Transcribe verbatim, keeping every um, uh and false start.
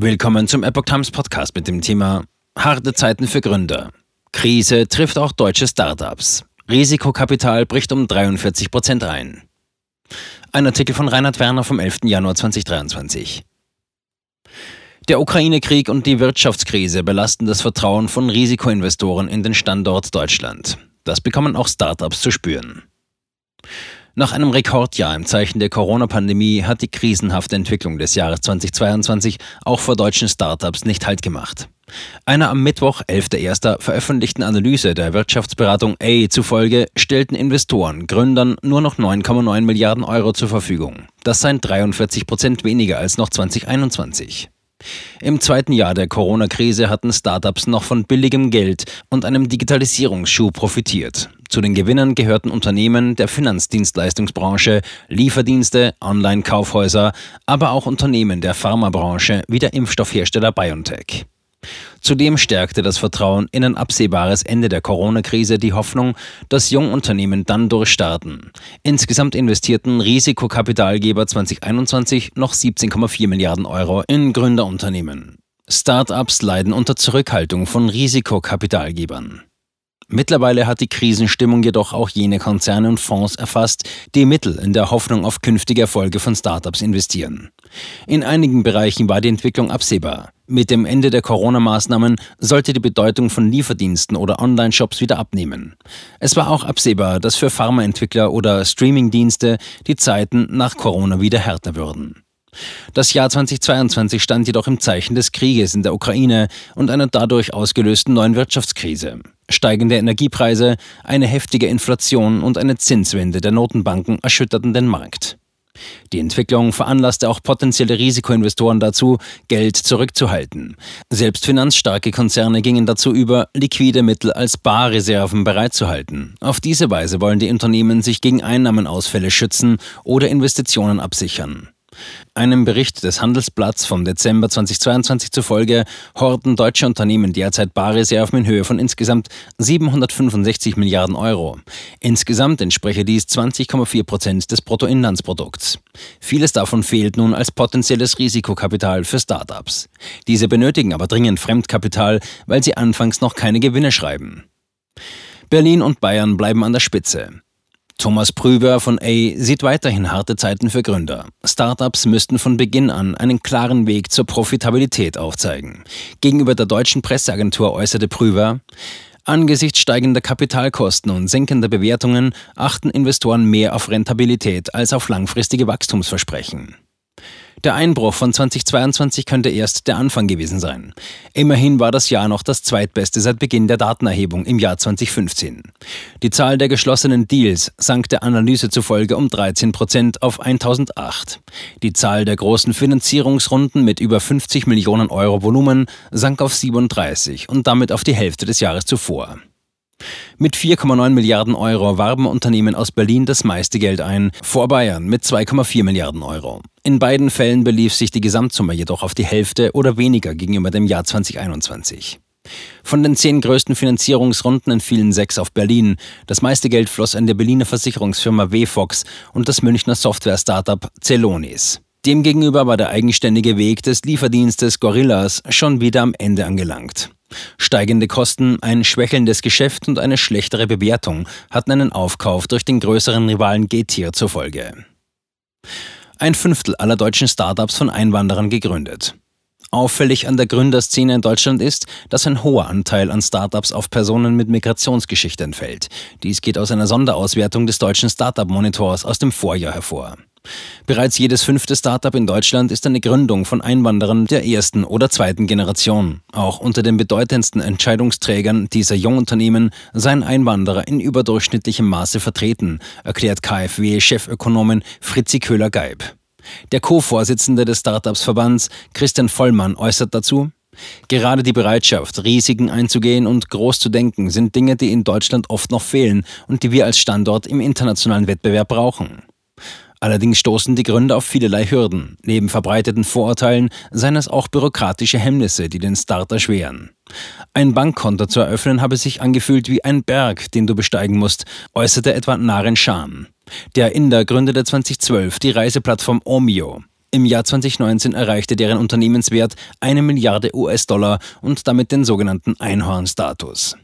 Willkommen zum Epoch Times Podcast mit dem Thema Harte Zeiten für Gründer. Krise trifft auch deutsche Startups. Risikokapital bricht um dreiundvierzig Prozent ein. Ein Artikel von Reinhard Werner vom elften Januar zweitausenddreiundzwanzig. Der Ukraine-Krieg und die Wirtschaftskrise belasten das Vertrauen von Risikoinvestoren in den Standort Deutschland. Das bekommen auch Startups zu spüren. Nach einem Rekordjahr im Zeichen der Corona-Pandemie hat die krisenhafte Entwicklung des Jahres zweitausendzweiundzwanzig auch vor deutschen Startups nicht Halt gemacht. Einer am Mittwoch, elfter erster veröffentlichten Analyse der Wirtschaftsberatung A zufolge stellten Investoren Gründern nur noch neun Komma neun Milliarden Euro zur Verfügung. Das seien dreiundvierzig Prozent weniger als noch zweitausendeinundzwanzig. Im zweiten Jahr der Corona-Krise hatten Startups noch von billigem Geld und einem Digitalisierungsschub profitiert. Zu den Gewinnern gehörten Unternehmen der Finanzdienstleistungsbranche, Lieferdienste, Online-Kaufhäuser, aber auch Unternehmen der Pharmabranche wie der Impfstoffhersteller BioNTech. Zudem stärkte das Vertrauen in ein absehbares Ende der Corona-Krise die Hoffnung, dass Jungunternehmen dann durchstarten. Insgesamt investierten Risikokapitalgeber zweitausendeinundzwanzig noch siebzehn Komma vier Milliarden Euro in Gründerunternehmen. Startups leiden unter Zurückhaltung von Risikokapitalgebern. Mittlerweile hat die Krisenstimmung jedoch auch jene Konzerne und Fonds erfasst, die Mittel in der Hoffnung auf künftige Erfolge von Startups investieren. In einigen Bereichen war die Entwicklung absehbar. Mit dem Ende der Corona-Maßnahmen sollte die Bedeutung von Lieferdiensten oder Online-Shops wieder abnehmen. Es war auch absehbar, dass für Pharmaentwickler oder Streamingdienste die Zeiten nach Corona wieder härter würden. Das Jahr zweitausendzweiundzwanzig stand jedoch im Zeichen des Krieges in der Ukraine und einer dadurch ausgelösten neuen Wirtschaftskrise. Steigende Energiepreise, eine heftige Inflation und eine Zinswende der Notenbanken erschütterten den Markt. Die Entwicklung veranlasste auch potenzielle Risikoinvestoren dazu, Geld zurückzuhalten. Selbst finanzstarke Konzerne gingen dazu über, liquide Mittel als Barreserven bereitzuhalten. Auf diese Weise wollen die Unternehmen sich gegen Einnahmenausfälle schützen oder Investitionen absichern. Einem Bericht des Handelsblatts vom Dezember zweitausendzweiundzwanzig zufolge horten deutsche Unternehmen derzeit Barreserven in Höhe von insgesamt siebenhundertfünfundsechzig Milliarden Euro. Insgesamt entspreche dies zwanzig Komma vier Prozent des Bruttoinlandsprodukts. Vieles davon fehlt nun als potenzielles Risikokapital für Startups. Diese benötigen aber dringend Fremdkapital, weil sie anfangs noch keine Gewinne schreiben. Berlin und Bayern bleiben an der Spitze. Thomas Prüber von A sieht weiterhin harte Zeiten für Gründer. Startups müssten von Beginn an einen klaren Weg zur Profitabilität aufzeigen. Gegenüber der deutschen Presseagentur äußerte Prüber: Angesichts steigender Kapitalkosten und sinkender Bewertungen achten Investoren mehr auf Rentabilität als auf langfristige Wachstumsversprechen. Der Einbruch von zweitausendzweiundzwanzig könnte erst der Anfang gewesen sein. Immerhin war das Jahr noch das zweitbeste seit Beginn der Datenerhebung im Jahr zweitausendfünfzehn. Die Zahl der geschlossenen Deals sank der Analyse zufolge um dreizehn Prozent auf eintausendacht. Die Zahl der großen Finanzierungsrunden mit über fünfzig Millionen Euro Volumen sank auf siebenunddreißig und damit auf die Hälfte des Jahres zuvor. Mit vier Komma neun Milliarden Euro warben Unternehmen aus Berlin das meiste Geld ein, vor Bayern mit zwei Komma vier Milliarden Euro. In beiden Fällen belief sich die Gesamtsumme jedoch auf die Hälfte oder weniger gegenüber dem Jahr zweitausendeinundzwanzig. Von den zehn größten Finanzierungsrunden entfielen sechs auf Berlin. Das meiste Geld floss an der Berliner Versicherungsfirma Wfox und das Münchner Software-Startup Celonis. Demgegenüber war der eigenständige Weg des Lieferdienstes Gorillas schon wieder am Ende angelangt. Steigende Kosten, ein schwächelndes Geschäft und eine schlechtere Bewertung hatten einen Aufkauf durch den größeren Rivalen Getir zur Folge. Ein Fünftel aller deutschen Startups von Einwanderern gegründet. Auffällig an der Gründerszene in Deutschland ist, dass ein hoher Anteil an Startups auf Personen mit Migrationsgeschichte entfällt. Dies geht aus einer Sonderauswertung des deutschen Startup-Monitors aus dem Vorjahr hervor. Bereits jedes fünfte Startup in Deutschland ist eine Gründung von Einwanderern der ersten oder zweiten Generation. Auch unter den bedeutendsten Entscheidungsträgern dieser Jungunternehmen seien Einwanderer in überdurchschnittlichem Maße vertreten, erklärt KfW-Chefökonomin Fritzi Köhler-Geib. Der Co-Vorsitzende des Startups-Verbands, Christian Vollmann, äußert dazu: Gerade die Bereitschaft, Risiken einzugehen und groß zu denken, sind Dinge, die in Deutschland oft noch fehlen und die wir als Standort im internationalen Wettbewerb brauchen. Allerdings stoßen die Gründer auf vielerlei Hürden. Neben verbreiteten Vorurteilen seien es auch bürokratische Hemmnisse, die den Start erschweren. Ein Bankkonto zu eröffnen habe sich angefühlt wie ein Berg, den du besteigen musst, äußerte etwa Naren Shan. Der Inder gründete zweitausendzwölf die Reiseplattform Omio. Im Jahr zweitausendneunzehn erreichte deren Unternehmenswert eine Milliarde U S-Dollar und damit den sogenannten Einhorn-Status.